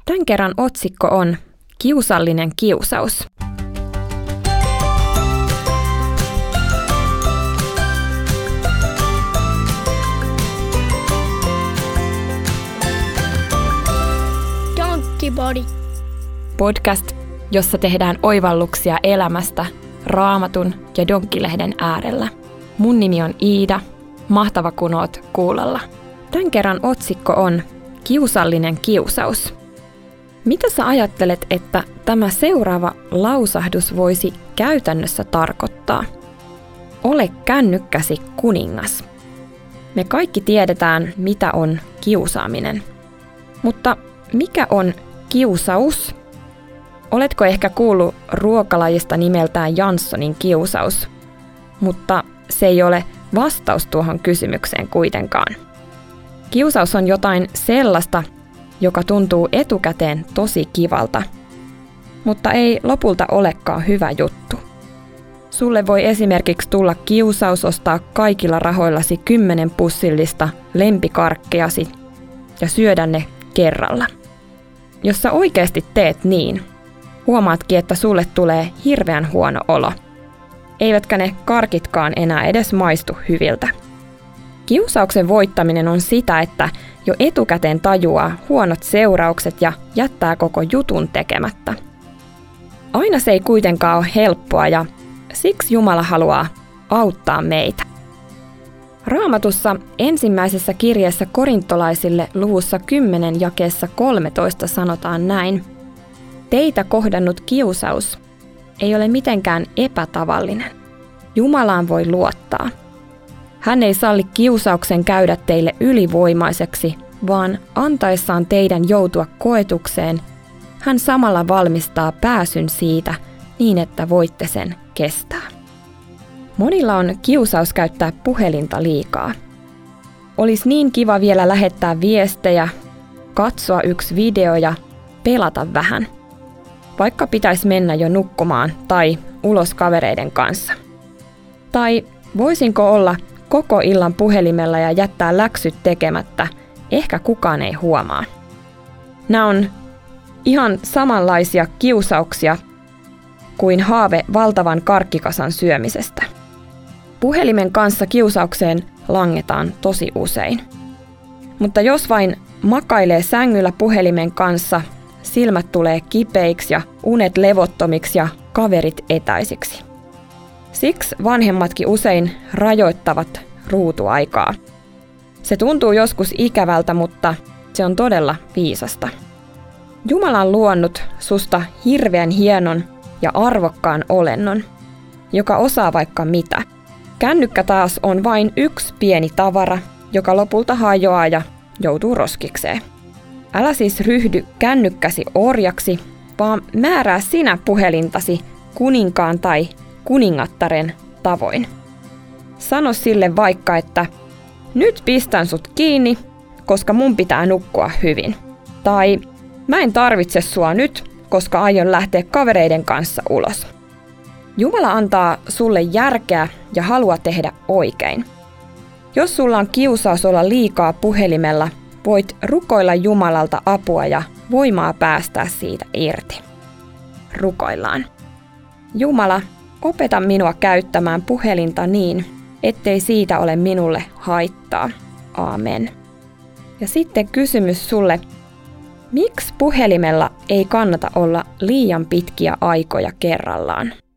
Tämän kerran otsikko on Kiusallinen kiusaus. Donkey Body. Podcast, jossa tehdään oivalluksia elämästä Raamatun ja Donkkilehden äärellä. Mun nimi on Iida. Mahtava kun oot kuulolla. Tämän kerran otsikko on Kiusallinen kiusaus. Mitä sä ajattelet, että tämä seuraava lausahdus voisi käytännössä tarkoittaa? Ole kännykkäsi kuningas. Me kaikki tiedetään, mitä on kiusaaminen. Mutta mikä on kiusaus? Oletko ehkä kuullut ruokalajista nimeltään Janssonin kiusaus? Mutta se ei ole vastaus tuohon kysymykseen kuitenkaan. Kiusaus on jotain sellaista, joka tuntuu etukäteen tosi kivalta, mutta ei lopulta olekaan hyvä juttu. Sulle voi esimerkiksi tulla kiusaus ostaa kaikilla rahoillasi 10 pussillista lempikarkkeasi ja syödä ne kerralla. Jos sä oikeasti teet niin, huomaatkin, että sulle tulee hirveän huono olo. Eivätkä ne karkitkaan enää edes maistu hyviltä. Kiusauksen voittaminen on sitä, että jo etukäteen tajuaa huonot seuraukset ja jättää koko jutun tekemättä. Aina se ei kuitenkaan ole helppoa ja siksi Jumala haluaa auttaa meitä. Raamatussa ensimmäisessä kirjeessä korintolaisille luvussa 10 jakeessa 13 sanotaan näin. Teitä kohdannut kiusaus ei ole mitenkään epätavallinen. Jumalaan voi luottaa. Hän ei salli kiusauksen käydä teille ylivoimaiseksi, vaan antaessaan teidän joutua koetukseen, hän samalla valmistaa pääsyn siitä niin, että voitte sen kestää. Monilla on kiusaus käyttää puhelinta liikaa. Olisi niin kiva vielä lähettää viestejä, katsoa yksi video ja pelata vähän. Vaikka pitäisi mennä jo nukkumaan tai ulos kavereiden kanssa. Tai voisinko olla koko illan puhelimella ja jättää läksyt tekemättä, ehkä kukaan ei huomaa. Nämä on ihan samanlaisia kiusauksia kuin haave valtavan karkkikasan syömisestä. Puhelimen kanssa kiusaukseen langetaan tosi usein. Mutta jos vain makailee sängyllä puhelimen kanssa, silmät tulee kipeiksi ja unet levottomiksi ja kaverit etäisiksi. Siksi vanhemmatkin usein rajoittavat ruutuaikaa. Se tuntuu joskus ikävältä, mutta se on todella viisasta. Jumala on luonut susta hirveän hienon ja arvokkaan olennon, joka osaa vaikka mitä. Kännykkä taas on vain yksi pieni tavara, joka lopulta hajoaa ja joutuu roskikseen. Älä siis ryhdy kännykkäsi orjaksi, vaan määrää sinä puhelintasi kuninkaan tai kuningattaren tavoin. Sano sille vaikka, että nyt pistän sut kiinni, koska mun pitää nukkua hyvin. Tai mä en tarvitse sua nyt, koska aion lähteä kavereiden kanssa ulos. Jumala antaa sulle järkeä ja halua tehdä oikein. Jos sulla on kiusaus olla liikaa puhelimella, voit rukoilla Jumalalta apua ja voimaa päästää siitä irti. Rukoillaan. Jumala, opeta minua käyttämään puhelinta niin, ettei siitä ole minulle haittaa. Aamen. Ja sitten kysymys sulle, miksi puhelimella ei kannata olla liian pitkiä aikoja kerrallaan?